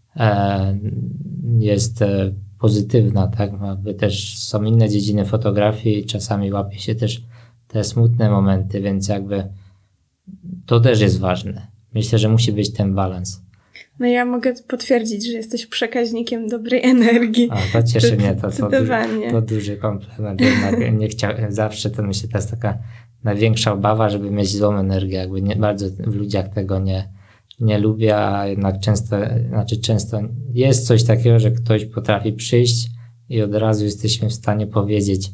e, jest e, pozytywna, tak? Jakby też są inne dziedziny fotografii i czasami łapie się też te smutne momenty, więc jakby to też jest ważne. Myślę, że musi być ten balans. No ja mogę potwierdzić, że jesteś przekaźnikiem dobrej energii. A, to cieszy mnie, to, to, Zdecydowanie. to duży komplement. Jednak nie chciałem, zawsze to myślę, to jest taka największa obawa, żeby mieć złą energię. Jakby nie, bardzo w ludziach tego nie, nie lubię, a jednak często, znaczy często jest coś takiego, że ktoś potrafi przyjść i od razu jesteśmy w stanie powiedzieć,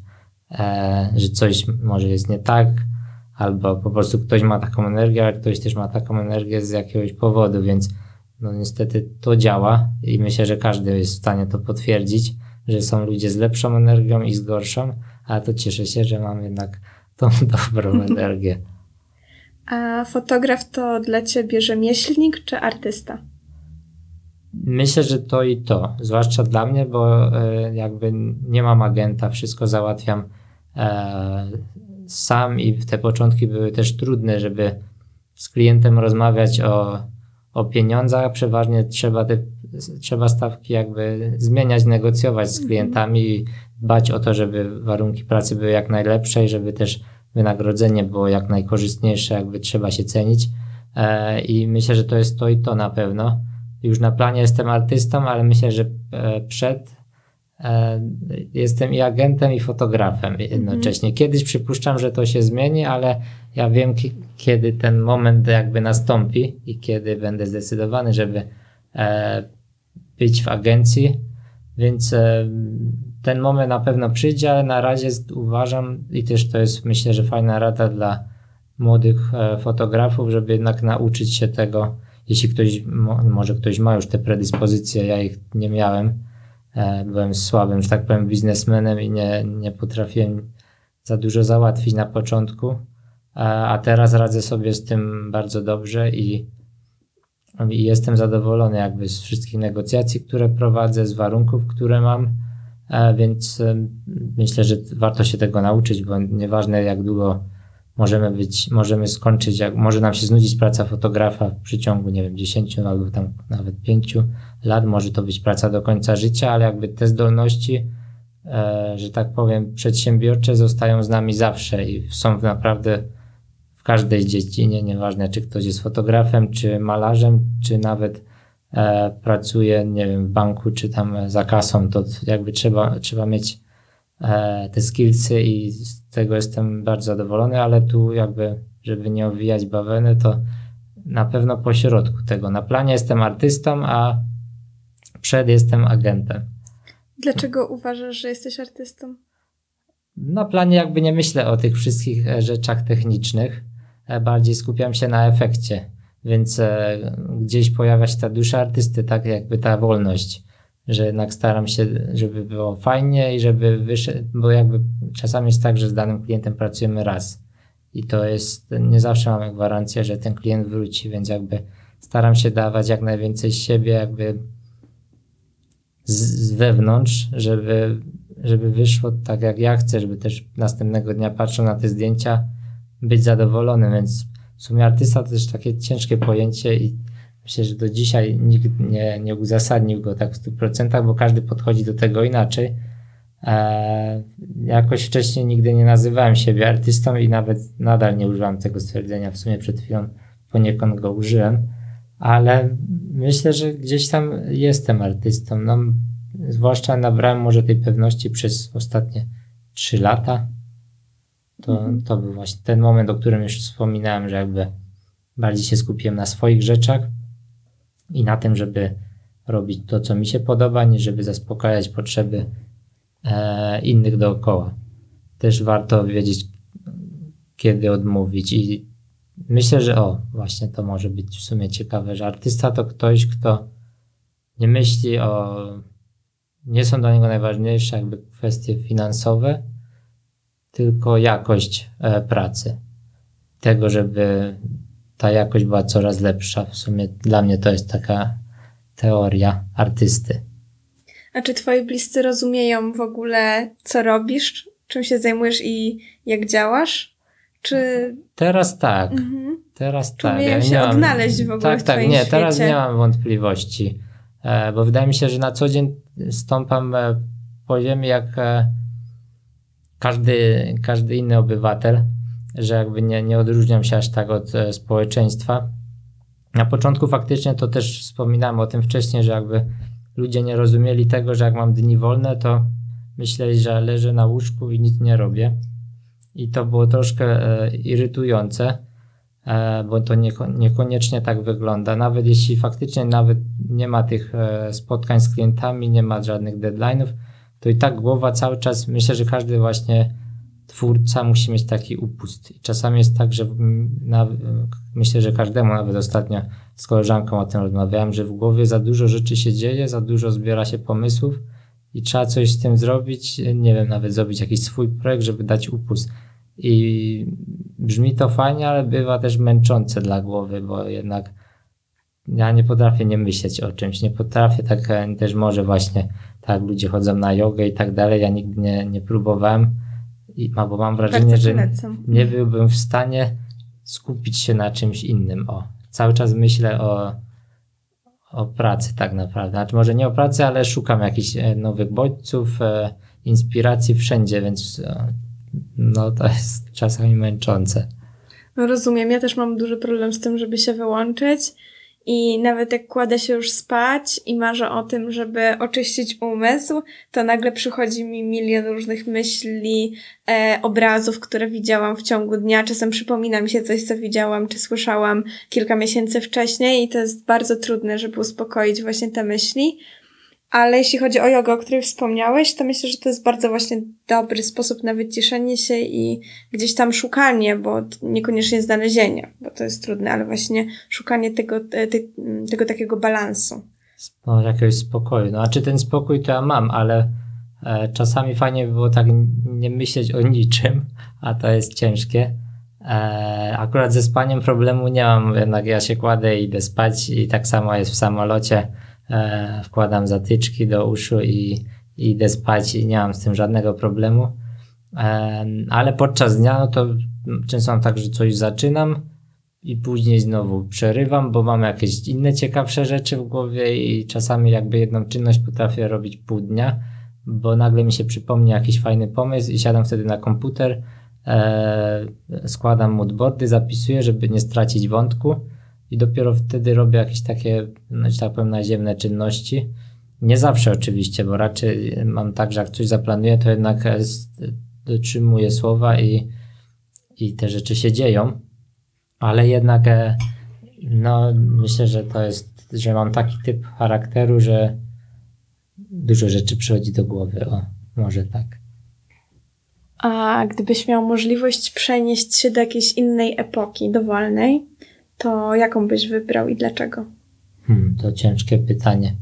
e, że coś może jest nie tak, albo po prostu ktoś ma taką energię, ale ktoś też ma taką energię z jakiegoś powodu, więc no niestety to działa i myślę, że każdy jest w stanie to potwierdzić, że są ludzie z lepszą energią i z gorszą, ale to cieszę się, że mam jednak tą dobrą energię. A fotograf to dla ciebie rzemieślnik czy artysta? Myślę, że to i to, zwłaszcza dla mnie, bo e, jakby nie mam agenta, wszystko załatwiam e, sam i te początki były też trudne, żeby z klientem rozmawiać o, o pieniądzach, przeważnie trzeba te trzeba stawki jakby zmieniać, negocjować z klientami i dbać o to, żeby warunki pracy były jak najlepsze i żeby też wynagrodzenie było jak najkorzystniejsze, jakby trzeba się cenić e, i myślę, że to jest to i to na pewno. Już na planie jestem artystą, ale myślę, że e, przed e, jestem i agentem, i fotografem jednocześnie. Kiedyś przypuszczam, że to się zmieni, ale ja wiem, k- kiedy ten moment jakby nastąpi i kiedy będę zdecydowany, żeby e, być w agencji, więc e, ten moment na pewno przyjdzie, ale na razie uważam i też to jest, myślę, że fajna rada dla młodych e, fotografów, żeby jednak nauczyć się tego, jeśli ktoś, mo, może ktoś ma już te predyspozycje, ja ich nie miałem, e, byłem słabym, że tak powiem, biznesmenem i nie, nie potrafiłem za dużo załatwić na początku, a, a teraz radzę sobie z tym bardzo dobrze i, i jestem zadowolony jakby z wszystkich negocjacji, które prowadzę, z warunków, które mam, e, więc e, myślę, że warto się tego nauczyć, bo nieważne jak długo możemy być, możemy skończyć, jak, może nam się znudzić praca fotografa w przeciągu, nie wiem, dziesięciu albo tam nawet pięciu lat, może to być praca do końca życia, ale jakby te zdolności, e, że tak powiem, przedsiębiorcze zostają z nami zawsze i są naprawdę w każdej dziedzinie, nieważne czy ktoś jest fotografem, czy malarzem, czy nawet e, pracuje, nie wiem, w banku, czy tam za kasą, to jakby trzeba, trzeba mieć e, te skillsy i z tego jestem bardzo zadowolony, ale tu jakby, żeby nie owijać bawełny, to na pewno po środku tego. Na planie jestem artystą, a przed jestem agentem. Dlaczego uważasz, że jesteś artystą? Na planie jakby nie myślę o tych wszystkich rzeczach technicznych, bardziej skupiam się na efekcie, więc e, gdzieś pojawia się ta dusza artysty, tak jakby ta wolność, że jednak staram się, żeby było fajnie i żeby wyszedł, bo jakby czasami jest tak, że z danym klientem pracujemy raz i to jest, nie zawsze mamy gwarancję, że ten klient wróci, więc jakby staram się dawać jak najwięcej z siebie jakby z, z wewnątrz, żeby, żeby wyszło tak jak ja chcę, żeby też następnego dnia patrząc na te zdjęcia być zadowolony, więc w sumie artysta to też takie ciężkie pojęcie i myślę, że do dzisiaj nikt nie, nie uzasadnił go tak w stu procentach, bo każdy podchodzi do tego inaczej. E, jakoś wcześniej nigdy nie nazywałem siebie artystą i nawet nadal nie używam tego stwierdzenia. W sumie przed chwilą poniekąd go użyłem, ale myślę, że gdzieś tam jestem artystą. No, zwłaszcza nabrałem może tej pewności przez ostatnie trzy lata. To, mhm. to był właśnie ten moment, o którym już wspominałem, że jakby bardziej się skupiłem na swoich rzeczach i na tym, żeby robić to, co mi się podoba, niż żeby zaspokajać potrzeby e, innych dookoła. Też warto wiedzieć, kiedy odmówić i myślę, że o, właśnie to może być w sumie ciekawe, że artysta to ktoś, kto nie myśli o, nie są dla niego najważniejsze jakby kwestie finansowe, tylko jakość e, pracy. Tego, żeby ta jakość była coraz lepsza. W sumie dla mnie to jest taka teoria artysty. A czy twoi bliscy rozumieją w ogóle, co robisz, czym się zajmujesz i jak działasz? Czy... Teraz tak. Mhm. Teraz czy tak. umieją Ja się mam... odnaleźć w ogóle tak, w twoim tak, nie, świecie? teraz nie mam wątpliwości. E, bo wydaje mi się, że na co dzień stąpam e, po ziemi jak e, każdy, każdy inny obywatel, że jakby nie, nie odróżniam się aż tak od e, społeczeństwa. Na początku faktycznie to też wspominałem o tym wcześniej, że jakby ludzie nie rozumieli tego, że jak mam dni wolne, to myśleli, że leżę na łóżku i nic nie robię. I to było troszkę e, irytujące, e, bo to nieko, niekoniecznie tak wygląda. Nawet jeśli faktycznie nawet nie ma tych e, spotkań z klientami, nie ma żadnych deadline'ów, to i tak głowa cały czas, myślę, że każdy właśnie twórca musi mieć taki upust. I czasami jest tak, że na, myślę, że każdemu, nawet ostatnio z koleżanką o tym rozmawiałem, że w głowie za dużo rzeczy się dzieje, za dużo zbiera się pomysłów i trzeba coś z tym zrobić, nie wiem, nawet zrobić jakiś swój projekt, żeby dać upust. I brzmi to fajnie, ale bywa też męczące dla głowy, bo jednak ja nie potrafię nie myśleć o czymś, nie potrafię tak też może właśnie, tak ludzie chodzą na jogę i tak dalej, ja nigdy nie, nie próbowałem, i, bo mam wrażenie, że nie byłbym w stanie skupić się na czymś innym. O, cały czas myślę o, o pracy tak naprawdę. Znaczy może nie o pracy, ale szukam jakichś nowych bodźców, e, inspiracji wszędzie, więc e, no to jest czasami męczące. No rozumiem, ja też mam duży problem z tym, żeby się wyłączyć i nawet jak kładę się już spać i marzę o tym, żeby oczyścić umysł, to nagle przychodzi mi milion różnych myśli, e, obrazów, które widziałam w ciągu dnia. Czasem przypomina mi się coś, co widziałam czy słyszałam kilka miesięcy wcześniej i to jest bardzo trudne, żeby uspokoić właśnie te myśli. Ale jeśli chodzi o jogę, o której wspomniałeś, to myślę, że to jest bardzo właśnie dobry sposób na wyciszenie się i gdzieś tam szukanie, bo niekoniecznie znalezienie, bo to jest trudne, ale właśnie szukanie tego, te, tego takiego balansu. No, jakiegoś spokoju. No, a czy ten spokój to ja mam, ale e, czasami fajnie by było tak nie myśleć o niczym, a to jest ciężkie. E, akurat ze spaniem problemu nie mam, jednak ja się kładę i idę spać i tak samo jest w samolocie. E, wkładam zatyczki do uszu i, i idę spać i nie mam z tym żadnego problemu. E, ale podczas dnia no to często mam tak, że coś zaczynam i później znowu przerywam, bo mam jakieś inne ciekawsze rzeczy w głowie i czasami jakby jedną czynność potrafię robić pół dnia, bo nagle mi się przypomni jakiś fajny pomysł i siadam wtedy na komputer, e, składam moodboardy, zapisuję, żeby nie stracić wątku. I dopiero wtedy robię jakieś takie, no, że tak powiem, naziemne czynności. Nie zawsze oczywiście, bo raczej mam tak, że jak coś zaplanuję, to jednak dotrzymuję słowa i, i te rzeczy się dzieją. Ale jednak no, myślę, że to jest, że mam taki typ charakteru, że dużo rzeczy przychodzi do głowy. O, może tak. A gdybyś miał możliwość przenieść się do jakiejś innej epoki dowolnej, to jaką byś wybrał i dlaczego? Hmm, to ciężkie pytanie.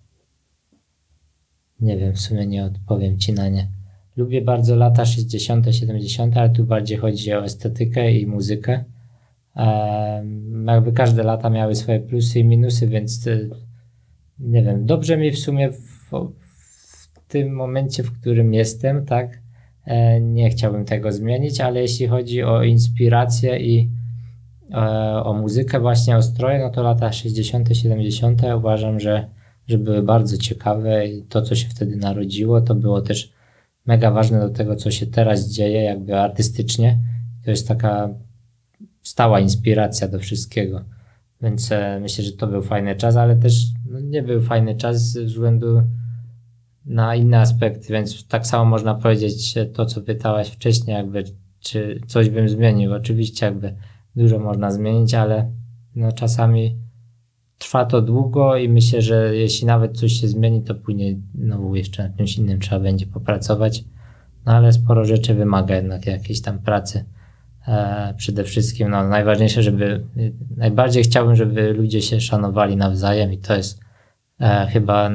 Nie wiem, w sumie nie odpowiem ci na nie. Lubię bardzo lata sześćdziesiąte, siedemdziesiąte, ale tu bardziej chodzi o estetykę i muzykę. Ehm, jakby każde lata miały swoje plusy i minusy, więc y, nie wiem, dobrze mi w sumie w, w tym momencie, w którym jestem, tak? E, nie chciałbym tego zmienić, ale jeśli chodzi o inspirację i e, o muzykę, właśnie o stroje, no to lata sześćdziesiąte, siedemdziesiąte uważam, że, że były bardzo ciekawe i to, co się wtedy narodziło, to było też mega ważne do tego, co się teraz dzieje, jakby artystycznie. To jest taka stała inspiracja do wszystkiego. Więc e, myślę, że to był fajny czas, ale też no, nie był fajny czas ze względu na inne aspekty, więc tak samo można powiedzieć to, co pytałaś wcześniej, jakby czy coś bym zmienił. Oczywiście jakby dużo można zmienić, ale no, czasami trwa to długo i myślę, że jeśli nawet coś się zmieni, to później znowu jeszcze nad czymś innym trzeba będzie popracować. No ale sporo rzeczy wymaga jednak jakiejś tam pracy. E, przede wszystkim no, najważniejsze, żeby najbardziej chciałbym, żeby ludzie się szanowali nawzajem i to jest e, chyba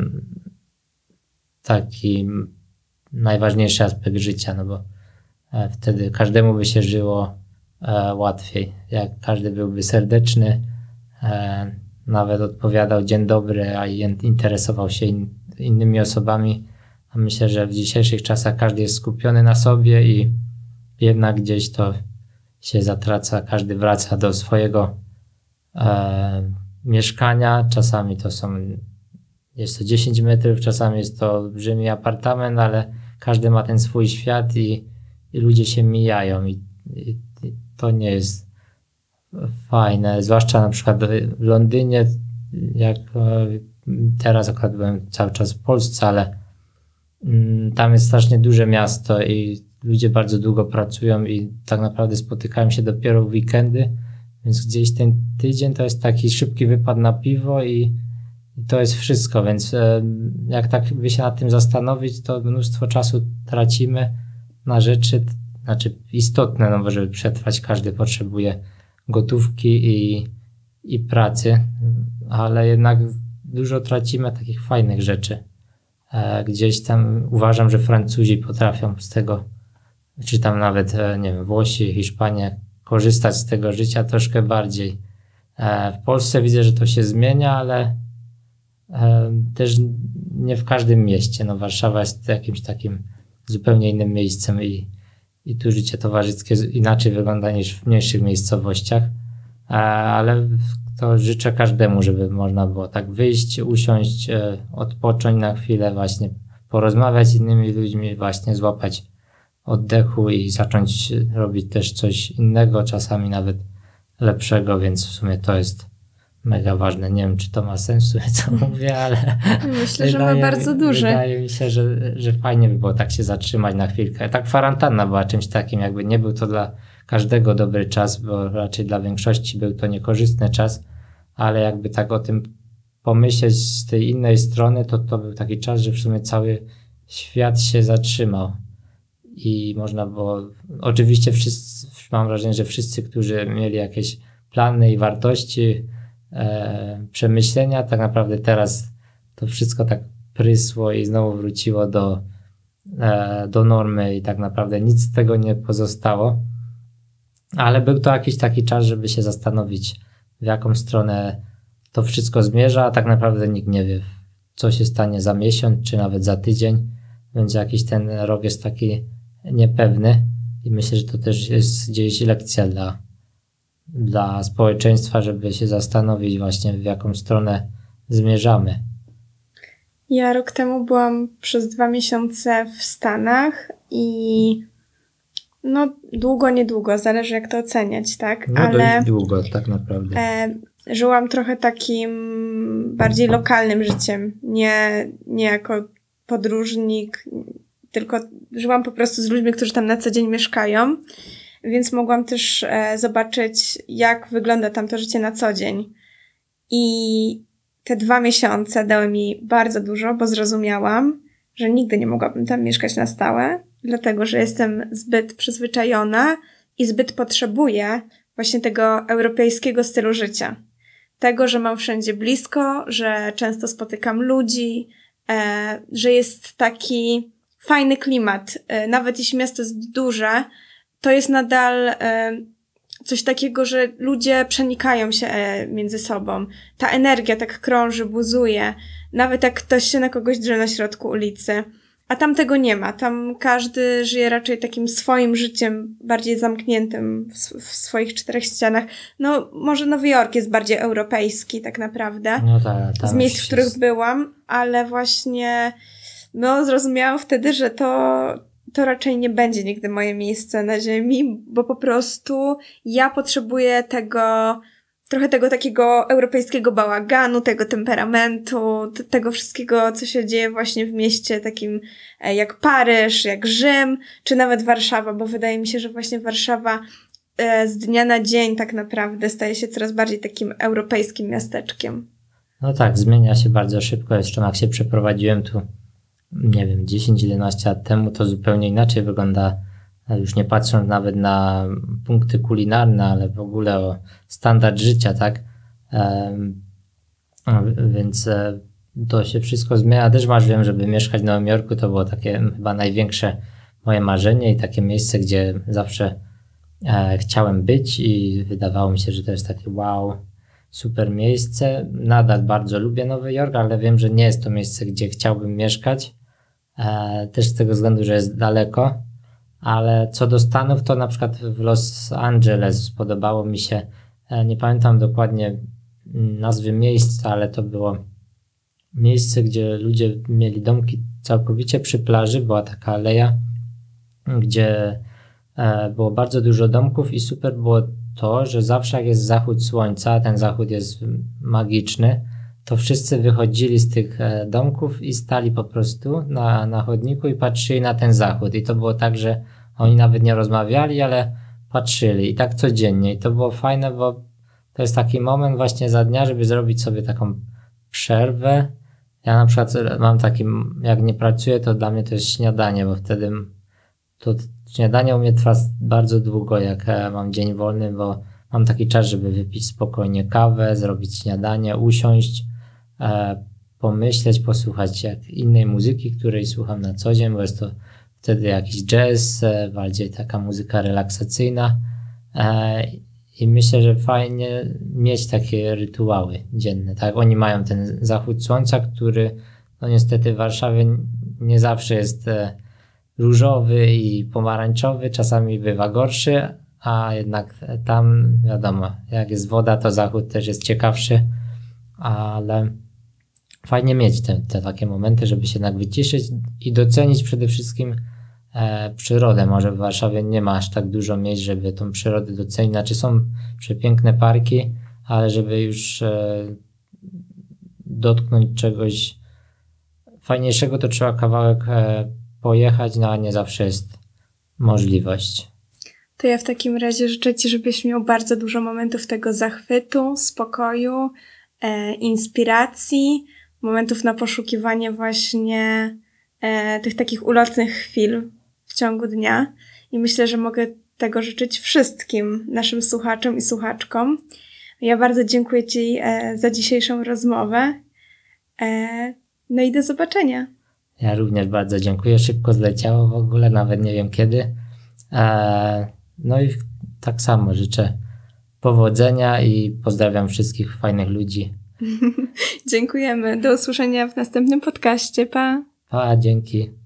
taki najważniejszy aspekt życia, no bo e, wtedy każdemu by się żyło e, łatwiej. Jak każdy byłby serdeczny, e, nawet odpowiadał dzień dobry, a interesował się in, innymi osobami. A myślę, że w dzisiejszych czasach każdy jest skupiony na sobie i jednak gdzieś to się zatraca, każdy wraca do swojego e, mieszkania. Czasami to są, jest to dziesięć metrów, czasami jest to olbrzymi apartament, ale każdy ma ten swój świat i, i ludzie się mijają i, i, i to nie jest fajne, zwłaszcza na przykład w Londynie, jak teraz akurat byłem cały czas w Polsce, ale mm, tam jest strasznie duże miasto i ludzie bardzo długo pracują i tak naprawdę spotykają się dopiero w weekendy, więc gdzieś ten tydzień to jest taki szybki wypad na piwo i, i to jest wszystko, więc e, jak tak by się nad tym zastanowić, to mnóstwo czasu tracimy na rzeczy, znaczy istotne, no bo żeby przetrwać każdy potrzebuje gotówki i, i pracy, ale jednak dużo tracimy takich fajnych rzeczy. E, gdzieś tam uważam, że Francuzi potrafią z tego, czy tam nawet, e, nie wiem, Włosi, Hiszpanie, korzystać z tego życia troszkę bardziej. E, w Polsce widzę, że to się zmienia, ale e, też nie w każdym mieście. No, Warszawa jest jakimś takim zupełnie innym miejscem i I tu życie towarzyskie inaczej wygląda niż w mniejszych miejscowościach, ale to życzę każdemu, żeby można było tak wyjść, usiąść, odpocząć na chwilę, właśnie porozmawiać z innymi ludźmi, właśnie złapać oddechu i zacząć robić też coś innego, czasami nawet lepszego, więc w sumie to jest mega ważne. Nie wiem, czy to ma sens, co mówię, ale myślę, że ma bardzo duży. Wydaje mi się, że, że fajnie by było tak się zatrzymać na chwilkę. Tak kwarantanna była czymś takim, jakby nie był to dla każdego dobry czas, bo raczej dla większości był to niekorzystny czas, ale jakby tak o tym pomyśleć z tej innej strony, to to był taki czas, że w sumie cały świat się zatrzymał i można było, oczywiście wszyscy, mam wrażenie, że wszyscy, którzy mieli jakieś plany i wartości, E, przemyślenia, tak naprawdę teraz to wszystko tak prysło i znowu wróciło do, e, do normy i tak naprawdę nic z tego nie pozostało, ale był to jakiś taki czas, żeby się zastanowić, w jaką stronę to wszystko zmierza, a tak naprawdę nikt nie wie, co się stanie za miesiąc, czy nawet za tydzień, więc jakiś ten rok jest taki niepewny i myślę, że to też jest gdzieś lekcja dla dla społeczeństwa, żeby się zastanowić właśnie, w jaką stronę zmierzamy. Ja rok temu byłam przez dwa miesiące w Stanach i no długo, niedługo, zależy jak to oceniać, tak? No ale dość długo tak naprawdę. E, żyłam trochę takim bardziej lokalnym życiem, nie, nie jako podróżnik, tylko żyłam po prostu z ludźmi, którzy tam na co dzień mieszkają. Więc mogłam też e, zobaczyć, jak wygląda tam to życie na co dzień. I te dwa miesiące dały mi bardzo dużo, bo zrozumiałam, że nigdy nie mogłabym tam mieszkać na stałe, dlatego że jestem zbyt przyzwyczajona i zbyt potrzebuję właśnie tego europejskiego stylu życia. Tego, że mam wszędzie blisko, że często spotykam ludzi, e, że jest taki fajny klimat. E, nawet jeśli miasto jest duże, to jest nadal e, coś takiego, że ludzie przenikają się e, między sobą. Ta energia tak krąży, buzuje. Nawet jak ktoś się na kogoś drze na środku ulicy. A tam tego nie ma. Tam każdy żyje raczej takim swoim życiem, bardziej zamkniętym w, w swoich czterech ścianach. No, może Nowy Jork jest bardziej europejski tak naprawdę. No tak, tam z miejsc, już w których jest- byłam, ale właśnie no zrozumiałam wtedy, że to, to raczej nie będzie nigdy moje miejsce na ziemi, bo po prostu ja potrzebuję tego, trochę tego takiego europejskiego bałaganu, tego temperamentu, t- tego wszystkiego, co się dzieje właśnie w mieście takim e, jak Paryż, jak Rzym, czy nawet Warszawa, bo wydaje mi się, że właśnie Warszawa e, z dnia na dzień tak naprawdę staje się coraz bardziej takim europejskim miasteczkiem. No tak, zmienia się bardzo szybko. Jeszcze jak się przeprowadziłem tu, nie wiem, dziesięć jedenaście lat temu, to zupełnie inaczej wygląda, już nie patrząc nawet na punkty kulinarne, ale w ogóle o standard życia, tak? Em, Więc e, to się wszystko zmienia. Też marzyłem, żeby mieszkać w Nowym Jorku. To było takie chyba największe moje marzenie i takie miejsce, gdzie zawsze e, chciałem być i wydawało mi się, że to jest takie wow, super miejsce. Nadal bardzo lubię Nowy Jork, ale wiem, że nie jest to miejsce, gdzie chciałbym mieszkać. E, też z tego względu, że jest daleko. Ale co do Stanów, to na przykład w Los Angeles podobało mi się, e, nie pamiętam dokładnie mm, nazwy miejsca, ale to było miejsce, gdzie ludzie mieli domki całkowicie przy plaży. Była taka aleja, gdzie e, było bardzo dużo domków i super było to, że zawsze jak jest zachód słońca, a ten zachód jest magiczny, to wszyscy wychodzili z tych e, domków i stali po prostu na, na chodniku i patrzyli na ten zachód. I to było tak, że oni nawet nie rozmawiali, ale patrzyli i tak codziennie. I to było fajne, bo to jest taki moment właśnie za dnia, żeby zrobić sobie taką przerwę. Ja na przykład mam taki, jak nie pracuję, to dla mnie to jest śniadanie, bo wtedy to śniadanie u mnie trwa bardzo długo, jak e, mam dzień wolny, bo mam taki czas, żeby wypić spokojnie kawę, zrobić śniadanie, usiąść, e, pomyśleć, posłuchać jak innej muzyki, której słucham na co dzień, bo jest to wtedy jakiś jazz, e, bardziej taka muzyka relaksacyjna. E, I myślę, że fajnie mieć takie rytuały dzienne. Tak, oni mają ten zachód słońca, który no niestety w Warszawie nie zawsze jest e, różowy i pomarańczowy, czasami bywa gorszy, a jednak tam wiadomo, jak jest woda, to zachód też jest ciekawszy, ale fajnie mieć te, te takie momenty, żeby się jednak wyciszyć i docenić przede wszystkim e, przyrodę. Może w Warszawie nie ma aż tak dużo miejsc, żeby tą przyrodę docenić. Znaczy są przepiękne parki, ale żeby już e, dotknąć czegoś fajniejszego, to trzeba kawałek e, pojechać, no a nie zawsze jest możliwość. To ja w takim razie życzę Ci, żebyś miał bardzo dużo momentów tego zachwytu, spokoju, e, inspiracji, momentów na poszukiwanie właśnie e, tych takich ulotnych chwil w ciągu dnia. I myślę, że mogę tego życzyć wszystkim naszym słuchaczom i słuchaczkom. Ja bardzo dziękuję Ci e, za dzisiejszą rozmowę. E, no i do zobaczenia. Ja również bardzo dziękuję. Szybko zleciało w ogóle, nawet nie wiem kiedy. Eee, no i tak samo życzę powodzenia i pozdrawiam wszystkich fajnych ludzi. Dziękujemy. Do usłyszenia w następnym podcaście. Pa! Pa, dzięki.